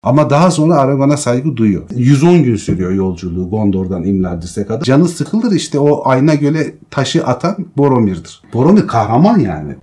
Ama daha sonra Aragorn'a saygı duyuyor. 110 gün sürüyor yolculuğu Gondor'dan Imladris'e kadar. Canı sıkılır, işte o ayna göle taşı atan Boromir'dir. Boromir kahraman yani.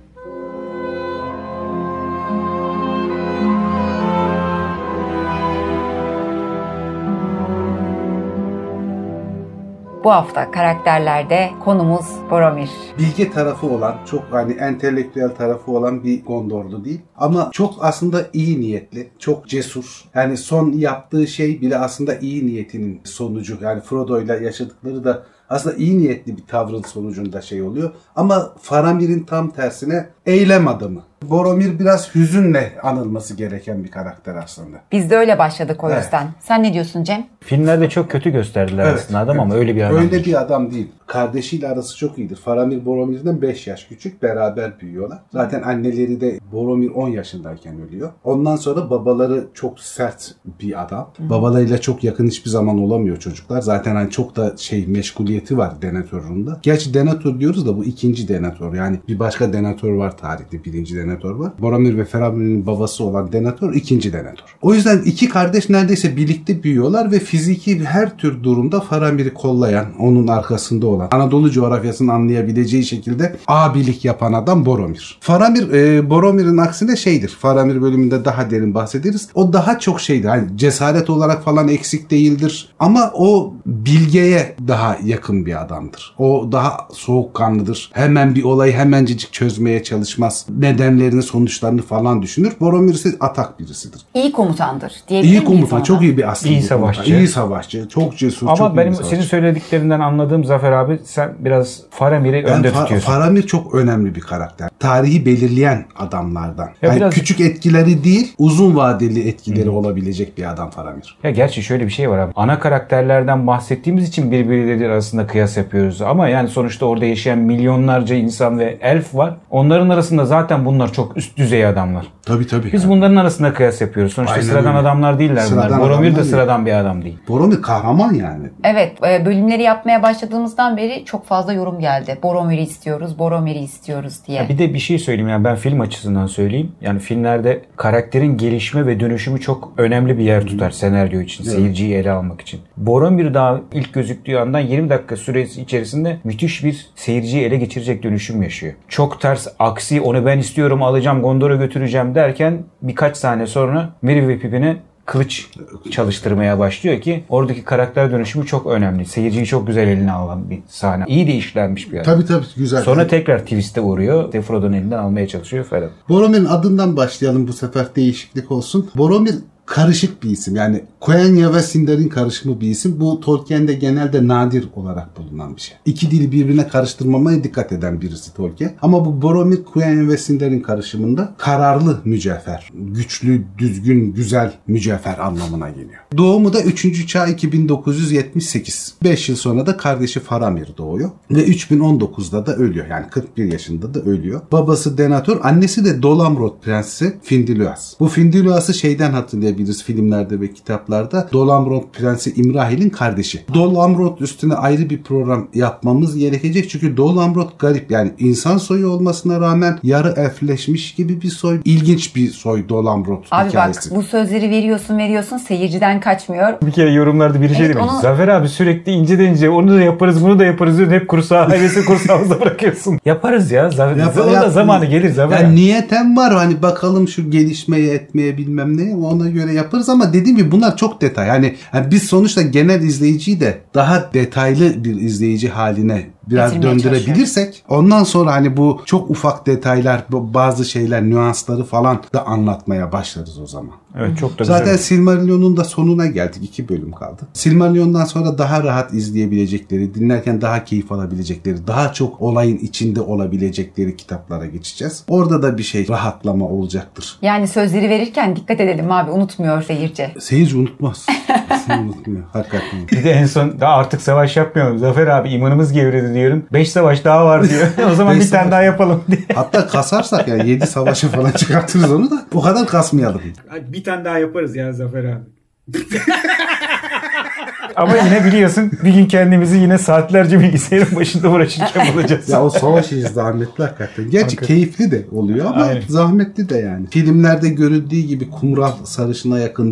Bu hafta karakterlerde konumuz Boromir. Bilge tarafı olan, çok hani entelektüel tarafı olan bir Gondorlu değil. Ama çok aslında iyi niyetli, çok cesur. Yani son yaptığı şey bile aslında iyi niyetinin sonucu. Yani Frodo'yla yaşadıkları da aslında iyi niyetli bir tavrın sonucunda şey oluyor. Ama Faramir'in tam tersine eylem adamı. Boromir biraz hüzünle anılması gereken bir karakter aslında. Biz de öyle başladık o yüzden. Evet. Sen ne diyorsun Cem? Filmlerde çok kötü gösterdiler aslında adam ama öyle bir adam değil. Öyle bir adam değil. Kardeşiyle arası çok iyidir. Faramir Boromir'den 5 yaş küçük. Beraber büyüyorlar. Zaten anneleri de Boromir 10 yaşındayken ölüyor. Ondan sonra babaları çok sert bir adam. Babalarıyla çok yakın hiçbir zaman olamıyor çocuklar. Zaten hani çok da meşguliyeti var Denethor'un da. Gerçi Denethor diyoruz da bu ikinci Denethor. Yani bir başka Denethor var tarihte. Birinci Denethor var. Boromir ve Faramir'in babası olan Denethor ikinci Denethor. O yüzden iki kardeş neredeyse birlikte büyüyorlar ve fiziki her tür durumda Faramir'i kollayan, onun arkasında olan, Anadolu coğrafyasını anlayabileceği şekilde abilik yapan adam Boromir. Faramir Boromir'in aksine şeydir. Faramir bölümünde daha derin bahsederiz. O daha çok şeydir. Hani cesaret olarak falan eksik değildir. Ama o bilgeye daha yakın bir adamdır. O daha soğukkanlıdır. Hemen bir olayı hemencecik çözmeye çalışmaz. Nedenlerini, sonuçlarını falan düşünür. Boromir ise atak birisidir. İyi komutandır diyebilir miyiz? İyi komutan. Çok iyi bir aslında. İyi savaşçı. İyi savaşçı. Çok cesur. Ama çok benim senin söylediklerinden anladığım Zafer abi sen biraz Faramir'i önde tutuyorsun. Faramir çok önemli bir karakter. Tarihi belirleyen adamlardan. Yani biraz... küçük etkileri değil, uzun vadeli etkileri olabilecek bir adam Faramir. Ya gerçi şöyle bir şey var abi. Ana karakterlerden bahsettiğimiz için birbirleriyle arasında kıyas yapıyoruz. Ama yani sonuçta orada yaşayan milyonlarca insan ve elf var. Onların arasında zaten bunlar çok üst düzey adamlar. Tabii. Biz bunların arasında kıyas yapıyoruz. Sonuçta aynen sıradan öyle. Adamlar değiller bunlar. Boromir de sıradan bir adam değil. Boromir kahraman yani. Evet, bölümleri yapmaya başladığımızdan beri çok fazla yorum geldi. Boromir'i istiyoruz diye. Ya bir de bir şey söyleyeyim yani ben film açısından söyleyeyim. Yani filmlerde karakterin gelişme ve dönüşümü çok önemli bir yer tutar senaryo için, seyirciyi ele almak için. Boromir daha ilk gözüktüğü andan 20 dakika süresi içerisinde müthiş bir seyirciyi ele geçirecek dönüşüm yaşıyor. Çok ters, aksi, onu ben istiyorum, alacağım, Gondor'a götüreceğim derken birkaç saniye sonra Merry ve Pippin'e kılıç çalıştırmaya başlıyor ki oradaki karakter dönüşümü çok önemli. Seyirciyi çok güzel eline alan bir sahne. İyi de işlenmiş bir adam. Tabii güzel. Sonra tekrar twist'e uğruyor. Frodo'nun elinden almaya çalışıyor falan. Boromir'in adından başlayalım bu sefer, değişiklik olsun. Boromir karışık bir isim. Yani Quenya ve Sindarin karışımı bir isim. Bu Tolkien'de genelde nadir olarak bulunan bir şey. İki dili birbirine karıştırmamaya dikkat eden birisi Tolkien. Ama bu Boromir, Quenya ve Sindarin karışımında kararlı mücevher. Güçlü, düzgün, güzel mücevher anlamına geliyor. Doğumu da 3. çağ 2978. 5 yıl sonra da kardeşi Faramir doğuyor. Ve 3019'da da ölüyor. Yani 41 yaşında da ölüyor. Babası Denethor, annesi de Dol Amroth Prensi Finduilas. Bu Finduilas'ı şeyden hatırlayabiliriz filmlerde ve kitaplarda. Dol Amroth Prensi İmrahil'in kardeşi. Dol Amroth üstüne ayrı bir program yapmamız gerekecek. Çünkü Dol Amroth garip. Yani insan soyu olmasına rağmen yarı elfleşmiş gibi bir soy. İlginç bir soy Dol Amroth hikayesi. Abi bak bu sözleri veriyorsun seyirciden kaçmıyor. Bir kere yorumlarda biri şey demiş. Zafer abi sürekli ince onu da yaparız bunu da yaparız diyor. Hep hevesi kursağımızda bırakıyorsun. Yaparız ya. O da zamanı gelir Zafer. Yani niyetem var. Hani bakalım şu gelişmeye etmeye bilmem ne. Ona göre yaparız ama dediğim gibi bunlar çok detay. Yani biz sonuçta genel izleyiciyi de daha detaylı bir izleyici haline biraz döndürebilirsek ondan sonra hani bu çok ufak detaylar, bazı şeyler, nüansları falan da anlatmaya başlarız o zaman. Evet, çok da zaten güzel. Silmarillion'un da sonuna geldik. 2 bölüm kaldı. Silmarillion'dan sonra daha rahat izleyebilecekleri, dinlerken daha keyif alabilecekleri, daha çok olayın içinde olabilecekleri kitaplara geçeceğiz. Orada da bir şey rahatlama olacaktır. Yani sözleri verirken dikkat edelim abi, unutmuyor seyirci. Seyirci unutmaz. Unutmuyor. Hakikaten. Bir de en son daha artık savaş yapmayalım. Zafer abi imanımız gevredi diyorum. 5 savaş daha var diyor. O zaman bir tane daha yapalım diye. Hatta kasarsak yani 7 savaşı falan çıkartırız onu da. O kadar kasmayalım. Bir tane daha yaparız ya Zafer abi. Ama yine biliyorsun bir gün kendimizi yine saatlerce bilgisayarın başında uğraşırken bulacağız. Ya o savaş işi zahmetli hakikaten. Gerçi keyifli de oluyor ama zahmetli de yani. Filmlerde görüldüğü gibi kumral sarışına yakın değil.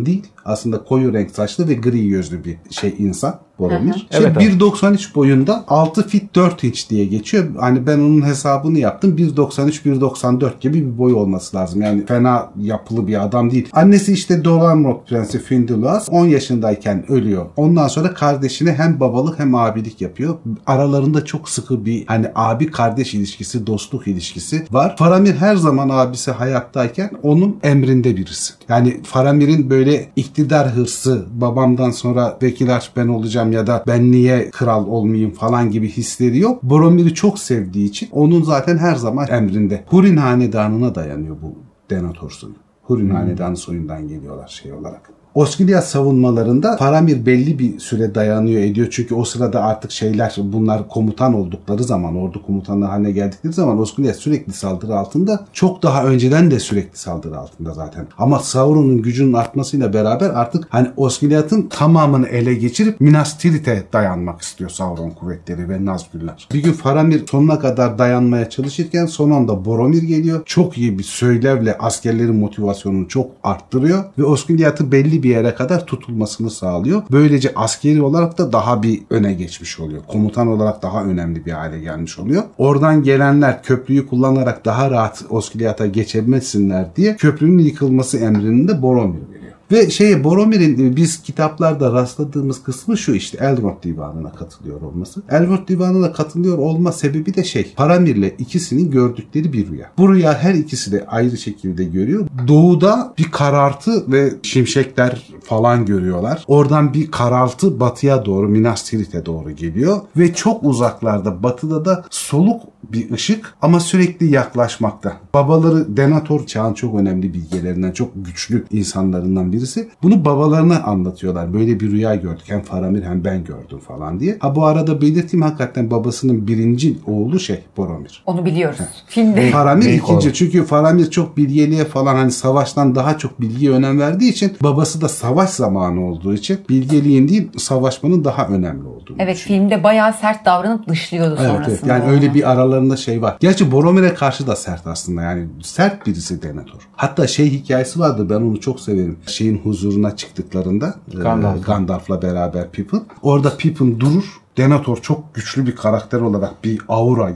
aslında koyu renk saçlı ve gri gözlü bir insan. Boromir. Evet, 1.93 boyunda 6 fit 4 inç diye geçiyor. Hani ben onun hesabını yaptım. 1.93-1.94 gibi bir boy olması lazım. Yani fena yapılı bir adam değil. Annesi işte Dolanrod Prensi Findulas 10 yaşındayken ölüyor. Ondan sonra kardeşine hem babalık hem abilik yapıyor. Aralarında çok sıkı bir hani abi kardeş ilişkisi, dostluk ilişkisi var. Faramir her zaman abisi hayattayken onun emrinde birisi. Yani Faramir'in böyle iktidar hırsı, babamdan sonra vekil ben olacağım ya da ben niye kral olmayayım falan gibi hisleri yok. Boromir'i çok sevdiği için onun zaten her zaman emrinde. Húrin hanedanına dayanıyor bu Denethor soyu. Húrin hanedanı soyundan geliyorlar olarak. Osgiliath savunmalarında Faramir belli bir süre dayanıyor ediyor. Çünkü o sırada artık bunlar komutan oldukları zaman, ordu komutanı haline geldikleri zaman Osgiliath sürekli saldırı altında. Çok daha önceden de sürekli saldırı altında zaten. Ama Sauron'un gücünün artmasıyla beraber artık hani Osgiliath'ın tamamını ele geçirip Minas Tirith'e dayanmak istiyor Sauron kuvvetleri ve Nazgûl'ler. Bir gün Faramir sonuna kadar dayanmaya çalışırken son anda Boromir geliyor. Çok iyi bir söylevle askerlerin motivasyonunu çok arttırıyor ve Osgiliath'ı belli bir yere kadar tutulmasını sağlıyor. Böylece askeri olarak da daha bir öne geçmiş oluyor. Komutan olarak daha önemli bir hale gelmiş oluyor. Oradan gelenler köprüyü kullanarak daha rahat Osgiliath'a geçemesinler diye köprünün yıkılması emrini de Boromir veriyor. Ve Boromir'in biz kitaplarda rastladığımız kısmı şu işte Elrond Divanı'na katılıyor olması. Elrond Divanı'na katılıyor olma sebebi de Faramir'le ikisinin gördükleri bir rüya. Bu rüya her ikisi de ayrı şekilde görüyor. Doğuda bir karartı ve şimşekler falan görüyorlar. Oradan bir karartı batıya doğru Minas Tirith'e doğru geliyor ve çok uzaklarda batıda da soluk bir ışık ama sürekli yaklaşmakta. Babaları Denethor çağın çok önemli bilgelerinden, çok güçlü insanlarından birisi. Bunu babalarına anlatıyorlar. Böyle bir rüya gördük. Hem Faramir hem ben gördüm falan diye. Bu arada belirteyim hakikaten babasının birinci oğlu Boromir. Onu biliyoruz. Filmde. Faramir ikinci. Çünkü Faramir çok bilgeliğe falan hani savaştan daha çok bilgiye önem verdiği için babası da savaş zamanı olduğu için bilgeliğin değil savaşmanın daha önemli olduğunu Evet düşünüyor. filmde bayağı sert davranıp dışlıyordu sonrasında. Evet. Yani öyle bir aralarında var. Gerçi Boromir'e karşı da sert aslında. Yani sert birisi Denethor. Hatta hikayesi vardı. Ben onu çok severim. Huzuruna çıktıklarında Gandalf'la beraber Pippin. Orada Pippin durur. Denethor çok güçlü bir karakter olarak bir aura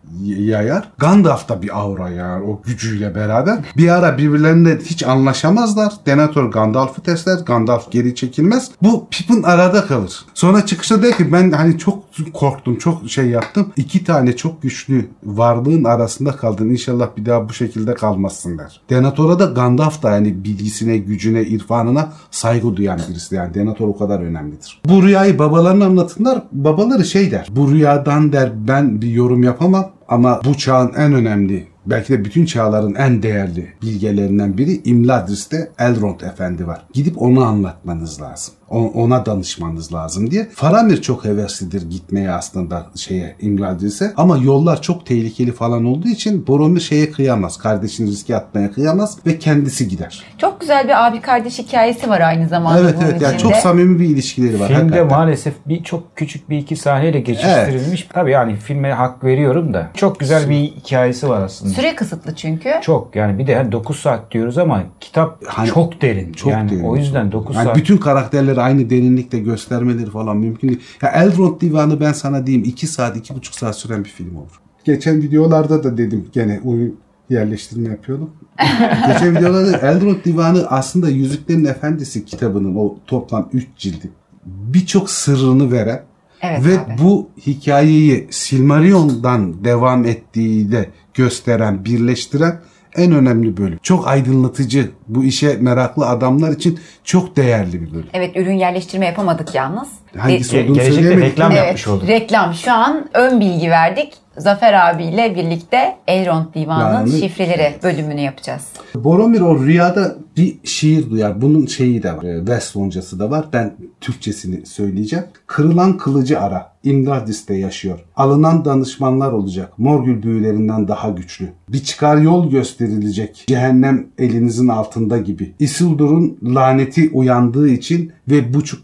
yayar. Gandalf da bir aura yayar o gücüyle beraber. Bir ara birbirlerine hiç anlaşamazlar. Denethor Gandalf'ı testler. Gandalf geri çekilmez. Bu Pippin arada kalır. Sonra çıkışta der ki ben hani çok korktum, çok yaptım. 2 tane çok güçlü varlığın arasında kaldın. İnşallah bir daha bu şekilde kalmazsın der. Denethor'a da Gandalf da yani bilgisine, gücüne, irfanına saygı duyan birisi. Yani Denethor o kadar önemlidir. Bu rüyayı babalarına anlatırlar. Babaları der. Bu rüyadan der ben bir yorum yapamam ama bu çağın en önemli, belki de bütün çağların en değerli bilgelerinden biri İmladris'te Elrond Efendi var. Gidip onu anlatmanız lazım. Ona danışmanız lazım diye. Faramir çok heveslidir gitmeye aslında İmladris'e ama yollar çok tehlikeli falan olduğu için Boromir kıyamaz. Kardeşini riske atmaya kıyamaz ve kendisi gider. Çok güzel bir abi kardeş hikayesi var aynı zamanda bunun Evet. Yani çok samimi bir ilişkileri var. Filmde hakikaten. Maalesef çok küçük bir iki sahneyle geçiştirilmiş. Evet. Tabii yani filme hak veriyorum da çok güzel bir hikayesi var aslında. Süre kısıtlı çünkü. Çok yani bir de 9 saat diyoruz ama kitap çok derin. Çok yani derin. O yüzden 9 saat. Bütün karakterleri aynı derinlikte göstermeleri falan mümkün değil. Ya Elrond Divanı ben sana diyeyim 2 saat, 2,5 saat süren bir film olur. Geçen videolarda da dedim gene yerleştirme yapıyordum. Geçen videolarda Elrond Divanı aslında Yüzüklerin Efendisi kitabının o toplam 3 cildi birçok sırrını veren ve bu hikayeyi Silmarillion'dan devam ettiği de gösteren, birleştiren en önemli bölüm. Çok aydınlatıcı, bu işe meraklı adamlar için çok değerli bir bölüm. Evet, ürün yerleştirme yapamadık yalnız. Hangisi olduğunu gelecekte söyleyemedik. reklam yapmış olduk. Reklam. Şu an ön bilgi verdik. Zafer abiyle birlikte Elrond Divanı'nın şifreleri bölümünü yapacağız. Boromir o rüyada bir şiir duyar. Bunun de var. West Loncası da var. Ben Türkçesini söyleyeceğim. Kırılan kılıcı ara. İmladris'te yaşıyor. Alınan danışmanlar olacak. Morgül büyülerinden daha güçlü. Bir çıkar yol gösterilecek. Cehennem elinizin altında gibi. Isildur'un laneti uyandığı için ve buçukluk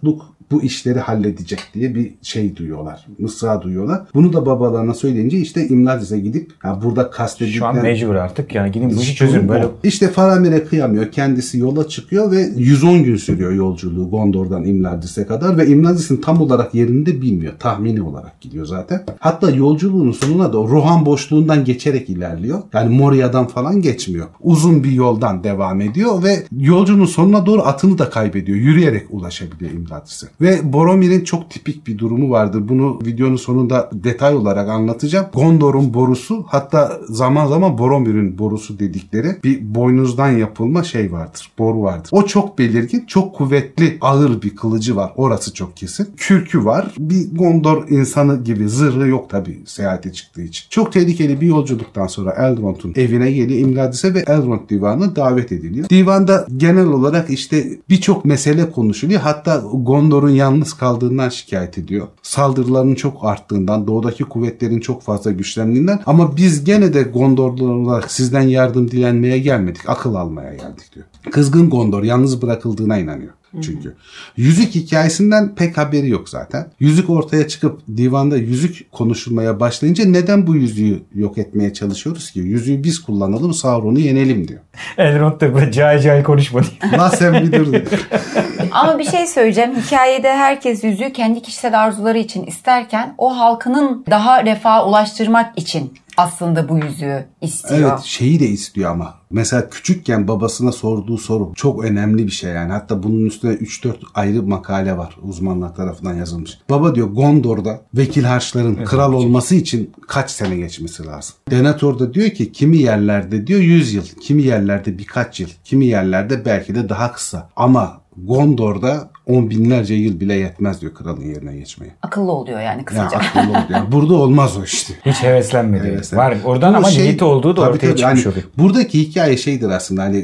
bu işleri halledecek diye bir şey duyuyorlar. Mısra duyuyorlar. Bunu da babalarına söyleyince işte İmladis'e gidip burada kastedilen... Şu an mecbur artık yani gidin bu işi çözün. Böyle... İşte Faramir'e kıyamıyor. Kendisi yola çıkıyor ve 110 gün sürüyor yolculuğu Gondor'dan İmladis'e kadar ve İmladis'in tam olarak yerini de bilmiyor. Tahmini olarak gidiyor zaten. Hatta yolculuğunun sonuna da Rohan boşluğundan geçerek ilerliyor. Yani Moria'dan falan geçmiyor. Uzun bir yoldan devam ediyor ve yolculuğun sonuna doğru atını da kaybediyor. Yürüyerek ulaşabiliyor İmladis'e. Ve Boromir'in çok tipik bir durumu vardır. Bunu videonun sonunda detay olarak anlatacağım. Gondor'un borusu, hatta zaman zaman Boromir'in borusu dedikleri bir boynuzdan yapılma şey vardır. Boru vardır. O çok belirgin, çok kuvvetli, ağır bir kılıcı var. Orası çok kesin. Kürkü var. Bir Gondor insanı gibi zırhı yok tabii seyahate çıktığı için. Çok tehlikeli bir yolculuktan sonra Elrond'un evine geliyor İmladis'e ve Elrond divanına davet ediliyor. Divanda genel olarak işte birçok mesele konuşuluyor. Hatta Gondor'un yalnız kaldığından şikayet ediyor. Saldırıların çok arttığından, doğudaki kuvvetlerin çok fazla güçlendiğinden, ama biz gene de Gondorlular olarak sizden yardım dilenmeye gelmedik, akıl almaya geldik diyor. Kızgın Gondor yalnız bırakıldığına inanıyor. Çünkü yüzük hikayesinden pek haberi yok zaten. Yüzük ortaya çıkıp divanda yüzük konuşulmaya başlayınca neden bu yüzüğü yok etmeye çalışıyoruz ki? Yüzüğü biz kullanalım, Sauron'u yenelim diyor. Elrond da cahil konuşma diyor. La sen bir dur diyor. Ama bir şey söyleyeceğim. Hikayede herkes yüzüğü kendi kişisel arzuları için isterken o halkının daha refaha ulaştırmak için aslında bu yüzüğü istiyor. Evet, şeyi de istiyor ama. Mesela küçükken babasına sorduğu soru çok önemli bir şey yani. Hatta bunun üstüne 3-4 ayrı makale var uzmanlar tarafından yazılmış. Baba diyor, Gondor'da vekil harçların kral olması için kaç sene geçmesi lazım? Denethor da diyor ki kimi yerlerde diyor 100 yıl, kimi yerlerde birkaç yıl, kimi yerlerde belki de daha kısa. Ama Gondor'da 10 binlerce yıl bile yetmez diyor kralın yerine geçmeye. Akıllı oluyor yani kısaca. Ya akıllı oluyor. Yani burada olmaz o işte. Hiç heveslenmedi. Var oradan bu ama niyeti olduğu da ortaya çıkmış oluyor. Buradaki hikaye şeydir aslında, hani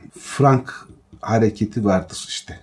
Frank hareketi vardır işte.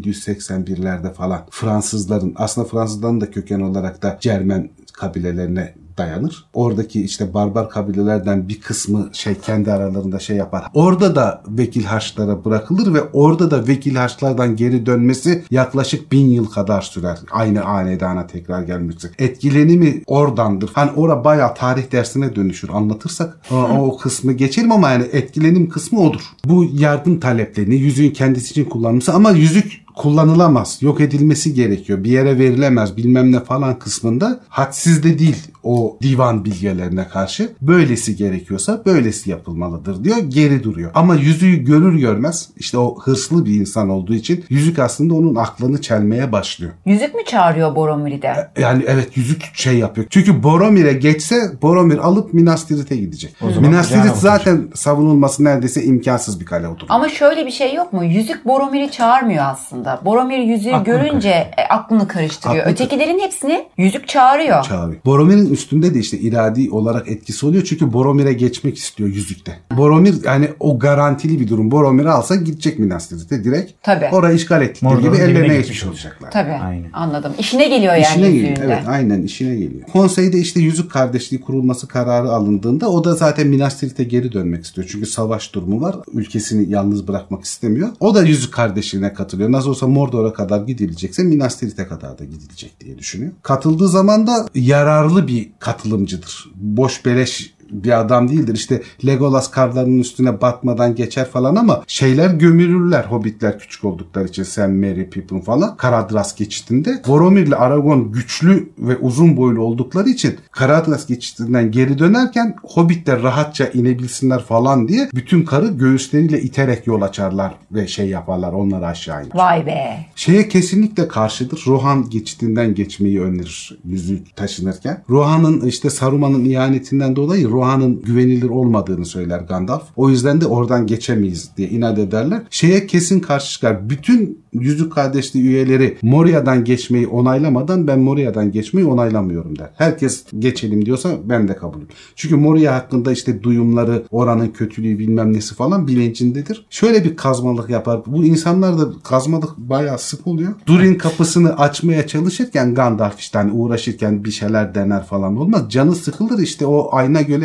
781'lerde falan Fransızların, aslında Fransızların da köken olarak da Cermen kabilelerine dayanır. Oradaki işte barbar kabilelerden bir kısmı kendi aralarında yapar. Orada da vekil harçlara bırakılır ve orada da vekil harçlardan geri dönmesi yaklaşık 1000 yıl kadar sürer. Aynı hanedana tekrar gelmesi. Etkilenimi oradandır. Hani orada bayağı tarih dersine dönüşür. Anlatırsak o kısmı geçelim ama yani etkilenim kısmı odur. Bu yardım taleplerini yüzüğün kendisi için kullanması, ama yüzük kullanılamaz, yok edilmesi gerekiyor, bir yere verilemez bilmem ne falan kısmında hadsiz de değil o divan bilgelerine karşı. Böylesi gerekiyorsa böylesi yapılmalıdır diyor, geri duruyor. Ama yüzüğü görür görmez işte o hırslı bir insan olduğu için yüzük aslında onun aklını çelmeye başlıyor. Yüzük mü çağırıyor Boromir'i de? Yani evet, yüzük yapıyor. Çünkü Boromir'e geçse Boromir alıp Minas Tirith'e gidecek. Minas Tirith zaten savunulması neredeyse imkansız bir kale oturdu. Ama şöyle bir şey yok mu? Yüzük Boromir'i çağırmıyor aslında. Boromir yüzüğü görünce aklını karıştırıyor. Ötekilerin hepsini yüzük çağırıyor. Boromir'in üstünde de işte iradi olarak etkisi oluyor. Çünkü Boromir'e geçmek istiyor yüzükte. Boromir yani o garantili bir durum. Boromir'i alsa gidecek Minas Tirith'e direkt. Tabii. Orayı işgal ettikleri gibi ellerine geçmiş olacaklar. Tabii. Aynen. Anladım. İşine geliyor yani İşine yüzüğünde. geliyor. Evet, aynen işine geliyor. Konseyde işte yüzük kardeşliği kurulması kararı alındığında o da zaten Minas Tirith'e geri dönmek istiyor. Çünkü savaş durumu var. Ülkesini yalnız bırakmak istemiyor. O da yüzük kardeşliğine katılıyor. Nasıl olsa Mordor'a kadar gidilecekse Minas Tirith'e kadar da gidilecek diye düşünüyor. Katıldığı zaman da yararlı bir katılımcıdır. Boş beleş bir adam değildir. İşte Legolas karlarının üstüne batmadan geçer falan ama gömülürler hobbitler küçük oldukları için. Sam, Merry, Pippin falan Karadras geçitinde. Boromir ile Aragorn güçlü ve uzun boylu oldukları için Karadras geçitinden geri dönerken hobbitler rahatça inebilsinler falan diye bütün karı göğüsleriyle iterek yol açarlar ve yaparlar, onları aşağı iner. Vay be. Kesinlikle karşıdır. Rohan geçitinden geçmeyi önerir yüzük taşınırken. Rohan'ın işte Saruman'ın ihanetinden dolayı Rohan'ın güvenilir olmadığını söyler Gandalf. O yüzden de oradan geçemeyiz diye inat ederler. Kesin karşı çıkar. Bütün Yüzük Kardeşliği üyeleri Moria'dan geçmeyi onaylamadan ben Moria'dan geçmeyi onaylamıyorum der. Herkes geçelim diyorsa ben de kabulüm. Çünkü Moria hakkında işte duyumları, oranın kötülüğü bilmem nesi falan bilincindedir. Şöyle bir kazmalık yapar. Bu insanlar da kazmalık bayağı sık oluyor. Durin kapısını açmaya çalışırken Gandalf işte uğraşırken bir şeyler dener falan olmaz. Canı sıkılır işte o ayna göle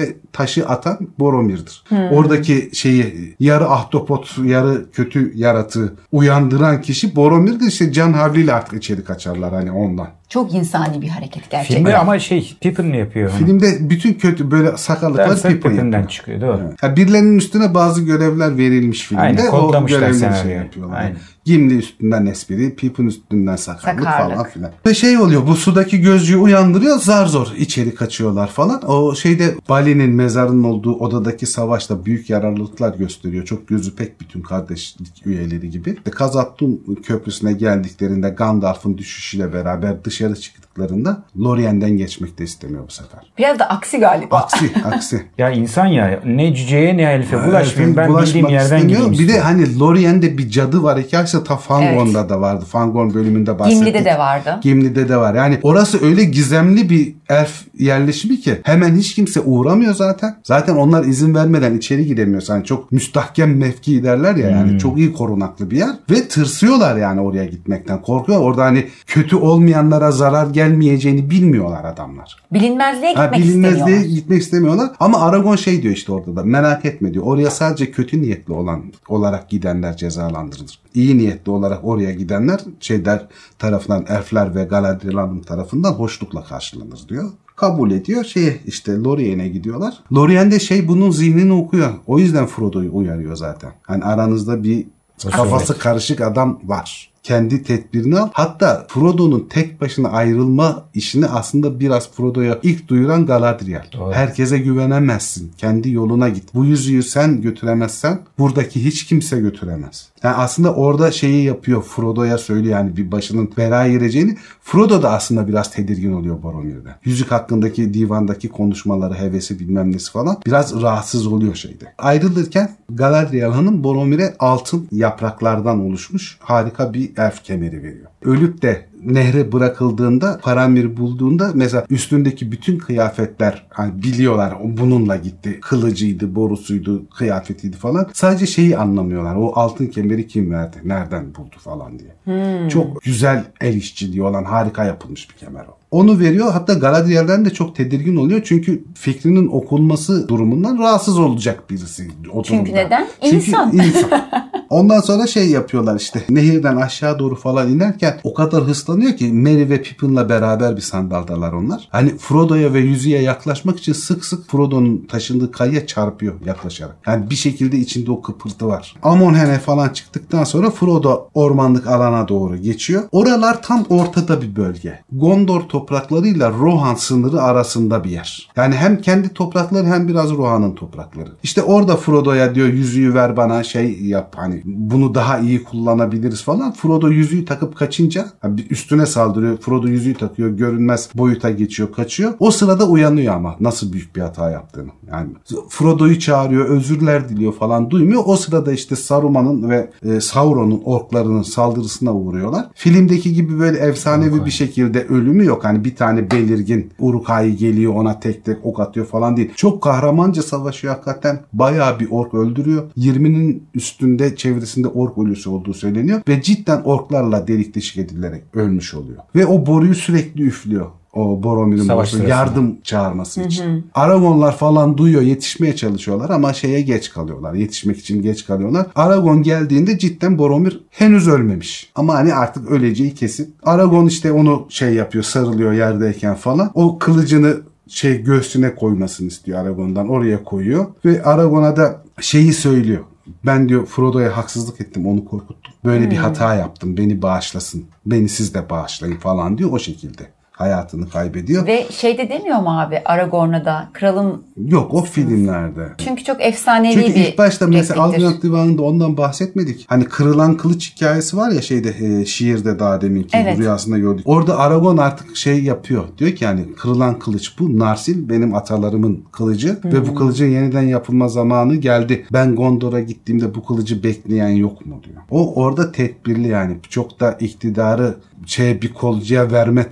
ve taşı atan Boromir'dir. Oradaki şeyi yarı ahtapot, yarı kötü yaratığı uyandıran kişi Boromir'dir. İşte can havliyle artık içeri kaçarlar hani ondan. Çok insani bir hareket gerçekten. Filmde ama Pippin yapıyor. Filmde bütün kötü böyle sakallıklar Pippin'den çıkıyor. Doğru. Evet. Yani birilerinin üstüne bazı görevler verilmiş filmde. Aynen, kodlamışlar o görevleri senaryoyu. yapıyorlar. Aynen. Gimli üstünden espri, Pippin üstünden sakarlık falan filan. Ve oluyor, bu sudaki gözcüyü uyandırıyor, zar zor içeri kaçıyorlar falan. O Bali'nin mezarının olduğu odadaki savaşta büyük yararlılıklar gösteriyor. Çok gözü pek bütün kardeşlik üyeleri gibi. Khazad-dûm köprüsüne geldiklerinde Gandalf'ın düşüşüyle beraber dışarı çıktıklarında Lorient'den geçmek de istemiyor bu sefer. Biraz da aksi galiba. Aksi. Ya insan ya, ne cüceye ne elfe bulaşmayayım, ben bildiğim yerden gideyim Bir de hani Lorient'de bir cadı var hikayesi ta Fangorn'da da vardı. Fangorn bölümünde bahsettik. Gimli'de de vardı. Gimli'de de var. Yani orası öyle gizemli bir elf yerleşimi ki hemen hiç kimse uğramıyor zaten. Zaten onlar izin vermeden içeri giremiyor. Yani çok müstahkem mevki derler ya, yani çok iyi korunaklı bir yer ve tırsıyorlar yani oraya gitmekten. Korkuyorlar. Orada hani kötü olmayanlara zarar gelmeyeceğini bilmiyorlar adamlar. Bilinmezliğe gitmek istemiyorlar. Ama Aragorn diyor işte orada da, merak etme diyor. Oraya sadece kötü niyetli olarak gidenler cezalandırılır. İyi niyetli olarak oraya gidenler tarafından, elfler ve Galadriel'in tarafından hoşlukla karşılanır diyor. Kabul ediyor. İşte Lorient'e gidiyorlar. Lorient de bunun zihnini okuyor. O yüzden Frodo'yu uyarıyor zaten. Hani aranızda bir kafası karışık adam var. Kendi tedbirini al. Hatta Frodo'nun tek başına ayrılma işini aslında biraz Frodo'ya ilk duyuran Galadriel. Doğru. Herkese güvenemezsin. Kendi yoluna git. Bu yüzüğü sen götüremezsen buradaki hiç kimse götüremez. Yani aslında orada yapıyor. Frodo'ya söylüyor yani bir başının belaya gireceğini. Frodo da aslında biraz tedirgin oluyor Boromir'den. Yüzük hakkındaki divandaki konuşmaları, hevesi bilmem nesi falan biraz rahatsız oluyor Ayrılırken Galadriel Hanım Boromir'e altın yapraklardan oluşmuş harika bir elf kemeri veriyor. Ölüp de nehre bırakıldığında, Faramir bulduğunda mesela üstündeki bütün kıyafetler hani biliyorlar bununla gitti. Kılıcıydı, borusuydu, kıyafetiydi falan. Sadece anlamıyorlar. O altın kemeri kim verdi? Nereden buldu falan diye. Çok güzel el işçiliği olan harika yapılmış bir kemer o. Onu veriyor. Hatta Galadriel'den de çok tedirgin oluyor. Çünkü fikrinin okunması durumundan rahatsız olacak birisi. Çünkü neden? İnsan. Ondan sonra yapıyorlar işte. Nehirden aşağı doğru falan inerken o kadar hızlanıyor ki Merry ve Pippin'le beraber bir sandaldalar onlar. Hani Frodo'ya ve yüzüğe yaklaşmak için sık sık Frodo'nun taşındığı kayaya çarpıyor yaklaşarak. Yani bir şekilde içinde o kıpırtı var. Amonhen'e falan çıktıktan sonra Frodo ormanlık alana doğru geçiyor. Oralar tam ortada bir bölge. Gondor topraklarıyla Rohan sınırı arasında bir yer. Yani hem kendi toprakları hem biraz Rohan'ın toprakları. İşte orada Frodo'ya diyor yüzüğü ver bana yap hani bunu daha iyi kullanabiliriz falan. Frodo yüzüğü takıp kaçınca üstüne saldırıyor. Frodo yüzüğü takıyor. Görünmez boyuta geçiyor. Kaçıyor. O sırada uyanıyor ama nasıl büyük bir hata yaptığını. Yani Frodo'yu çağırıyor. Özürler diliyor falan. Duymuyor. O sırada işte Saruman'ın ve Sauron'un orklarının saldırısına uğruyorlar. Filmdeki gibi böyle efsanevi bir şekilde ölümü yok. Hani bir tane belirgin Uruk-hai geliyor ona tek tek ok atıyor falan değil. Çok kahramanca savaşıyor hakikaten. Bayağı bir ork öldürüyor. 20'nin üstünde çevresinde ork ölüsü olduğu söyleniyor ve cidden orklarla delik deşik edilerek ölmüş oluyor. Ve o boruyu sürekli üflüyor. O Boromir'in borusu yardım çağırması için. Aragornlar falan duyuyor, yetişmeye çalışıyorlar ama geç kalıyorlar. Yetişmek için geç kalıyorlar. Aragorn geldiğinde cidden Boromir henüz ölmemiş. Ama hani artık öleceği kesin. Aragorn işte onu yapıyor, sarılıyor yerdeyken falan. O kılıcını göğsüne koymasını istiyor Aragorn'dan. Oraya koyuyor ve Aragorn'a da söylüyor. Ben diyor Frodo'ya haksızlık ettim, onu korkuttum. Böyle bir hata yaptım, beni bağışlasın. Beni siz de bağışlayın falan diyor o şekilde. Hayatını kaybediyor. Ve demiyor mu abi Aragorn'a da kralım... Yok o filmlerde. Çünkü çok efsanevi Çünkü bir ilk başta mesela repliktir. Albrecht Divanı'nda ondan bahsetmedik. Hani kırılan kılıç hikayesi var ya şiirde daha deminki rüyasında gördük. Orada Aragorn artık yapıyor. Diyor ki yani kırılan kılıç bu. Narsil benim atalarımın kılıcı ve bu kılıcın yeniden yapılma zamanı geldi. Ben Gondor'a gittiğimde bu kılıcı bekleyen yok mu diyor. O orada tedbirli yani. Çok da iktidarı bir kolcuya verme taraftarı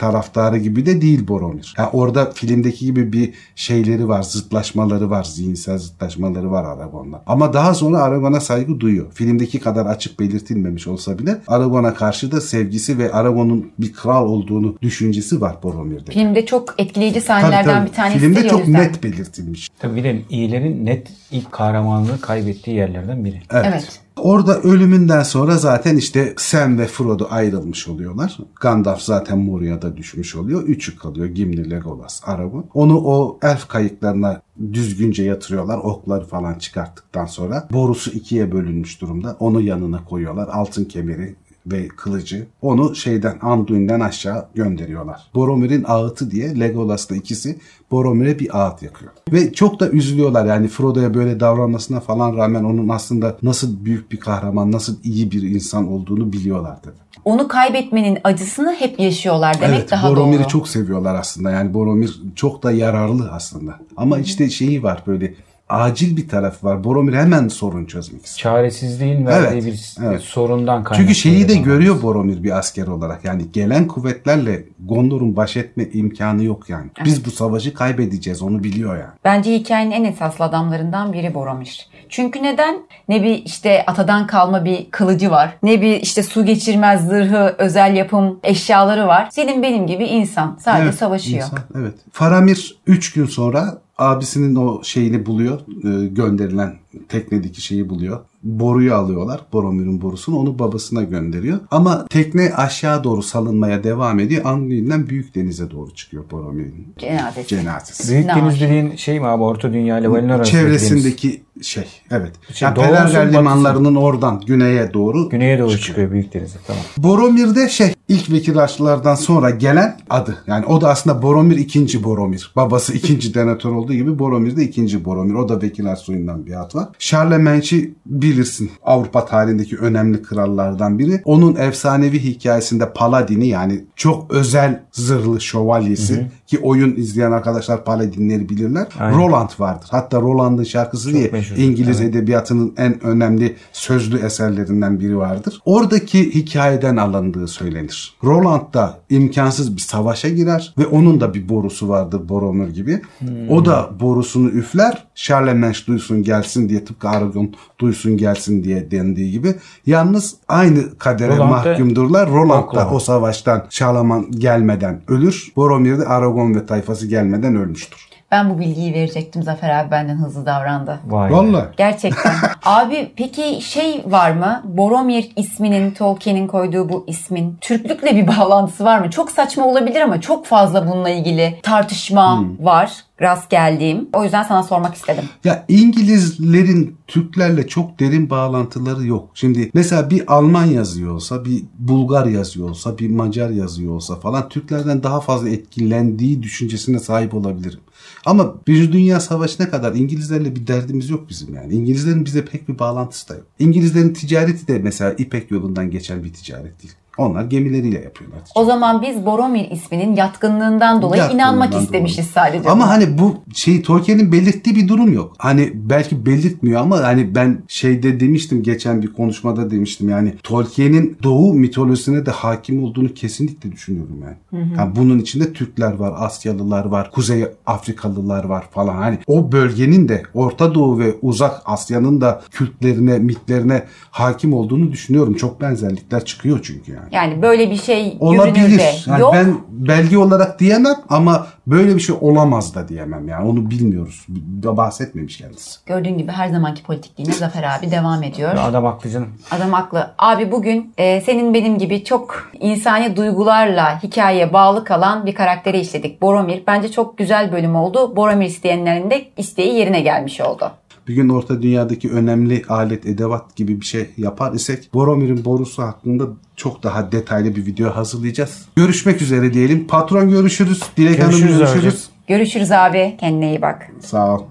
canavarı gibi de değil Boromir. Yani orada filmdeki gibi bir şeyleri var, zıtlaşmaları var, zihinsel zıtlaşmaları var Aragorn'la. Ama daha sonra Aragorn'a saygı duyuyor. Filmdeki kadar açık belirtilmemiş olsa bile Aragorn'a karşı da sevgisi ve Aragorn'un bir kral olduğunu düşüncesi var Boromir'de. Filmde çok etkileyici sahnelerden bir tanesi. Filmde çok net belirtilmiş. Tabii bir de iyilerin net ilk kahramanlığı kaybettiği yerlerden biri. Evet. Orada ölümünden sonra zaten işte Sam ve Frodo ayrılmış oluyorlar. Gandalf zaten Moria'da düşmüş oluyor. Üçü kalıyor. Gimli, Legolas, Aragorn. Onu o elf kayıklarına düzgünce yatırıyorlar. Okları falan çıkarttıktan sonra. Borusu ikiye bölünmüş durumda. Onu yanına koyuyorlar. Altın kemeri ve kılıcı. Onu Anduin'den aşağı gönderiyorlar. Boromir'in ağıtı diye Legolas'la ikisi Boromir'e bir ağıt yakıyor. Ve çok da üzülüyorlar. Yani Frodo'ya böyle davranmasına falan rağmen onun aslında nasıl büyük bir kahraman, nasıl iyi bir insan olduğunu biliyorlar tabii. Onu kaybetmenin acısını hep yaşıyorlar demek evet, daha doğru. Boromir'i çok seviyorlar aslında. Yani Boromir çok da yararlı aslında. Ama işte şeyi var, böyle acil bir taraf var. Boromir hemen sorun çözmek istiyor. Çaresizliğin verdiği bir sorundan kaynaklı. Çünkü şeyi de görüyor Boromir bir asker olarak. Yani gelen kuvvetlerle Gondor'un baş etme imkanı yok yani. Evet. Biz bu savaşı kaybedeceğiz, onu biliyor yani. Bence hikayenin en esaslı adamlarından biri Boromir. Çünkü neden? Ne bir işte atadan kalma bir kılıcı var. Ne bir işte su geçirmez zırhı, özel yapım eşyaları var. Senin benim gibi insan. Sadece savaşıyor. Evet. Faramir 3 gün sonra abisinin o şeyini buluyor. Gönderilen teknedeki şeyi buluyor. Boruyu alıyorlar. Boromir'in borusunu. Onu babasına gönderiyor. Ama tekne aşağı doğru salınmaya devam ediyor. Anduin'den Büyük Deniz'e doğru çıkıyor Boromir'in cenazesi. Büyük Deniz dediğin şey mi abi? Orta Dünya ile Valinor arasındaki çevresindeki şey. Evet. Yani Pelergal limanlarının oradan güneye doğru çıkıyor Büyük Deniz'e. Tamam. Boromir'de ilk vekillaşlardan sonra gelen adı. Yani o da aslında Boromir 2. Boromir. Babası 2. Denethor olduğu gibi Boromir de 2. Boromir. O da Vekilar soyundan bir at var. Charlemagne'i bilirsin. Avrupa tarihindeki önemli krallardan biri. Onun efsanevi hikayesinde Paladin'i, yani çok özel zırhlı şövalyesi, ki oyun izleyen arkadaşlar Paladinleri bilirler. Aynen. Roland vardır. Hatta Roland'ın şarkısı çok diye meşhur, İngiliz edebiyatının en önemli sözlü eserlerinden biri vardır. Oradaki hikayeden alındığı söylenir. Roland da imkansız bir savaşa girer ve onun da bir borusu vardır Boromir gibi. O da borusunu üfler. Charlemagne duysun gelsin diye, tıpkı Aragorn duysun gelsin diye dendiği gibi. Yalnız aynı kadere mahkumdurlar. Roland da o savaştan Charlemagne gelmeden ölür. Boromir de Aragorn ve tayfası gelmeden ölmüştür. Ben bu bilgiyi verecektim. Zafer abi benden hızlı davrandı. Vallahi. Gerçekten. Abi peki şey var mı? Boromir isminin, Tolkien'in koyduğu bu ismin Türklükle bir bağlantısı var mı? Çok saçma olabilir ama çok fazla bununla ilgili tartışma var. Rast geldiğim. O yüzden sana sormak istedim. Ya İngilizlerin Türklerle çok derin bağlantıları yok. Şimdi mesela bir Alman yazıyor olsa, bir Bulgar yazıyor olsa, bir Macar yazıyor olsa falan Türklerden daha fazla etkilendiği düşüncesine sahip olabilirim. Ama bir Dünya Savaşı'na kadar İngilizlerle bir derdimiz yok bizim yani. İngilizlerin bize pek bir bağlantısı da yok. İngilizlerin ticareti de mesela İpek yolundan geçen bir ticaret değil. Onlar gemileriyle yapıyorlar. O zaman biz Boromir isminin yatkınlığından dolayı inanmak istemişiz sadece. Ama hani bu Tolkien'in belirttiği bir durum yok. Hani belki belirtmiyor ama hani ben demiştim, geçen bir konuşmada demiştim, yani Tolkien'in Doğu mitolojisine de hakim olduğunu kesinlikle düşünüyorum yani. Yani bunun içinde Türkler var, Asyalılar var, Kuzey Afrikalılar var falan. Hani o bölgenin de Orta Doğu ve Uzak Asya'nın da kültlerine, mitlerine hakim olduğunu düşünüyorum. Çok benzerlikler çıkıyor çünkü yani. Yani böyle bir şey olabilir. Görünürde yani yok. Ben belge olarak diyemem ama böyle bir şey olamaz da diyemem. Yani onu bilmiyoruz. Bahsetmemiş kendisi. Gördüğün gibi her zamanki politikliğine Zafer abi devam ediyor. Adam haklı canım. Adam haklı. Abi bugün senin benim gibi çok insani duygularla hikayeye bağlı kalan bir karakteri işledik. Boromir. Bence çok güzel bölüm oldu. Boromir isteyenlerin de isteği yerine gelmiş oldu. Bir gün Orta Dünya'daki önemli alet, edevat gibi bir şey yapar isek Boromir'in borusu hakkında çok daha detaylı bir video hazırlayacağız. Görüşmek üzere diyelim. Patron görüşürüz. Dilek Hanım görüşürüz. Görüşürüz abi. Kendine iyi bak. Sağ ol.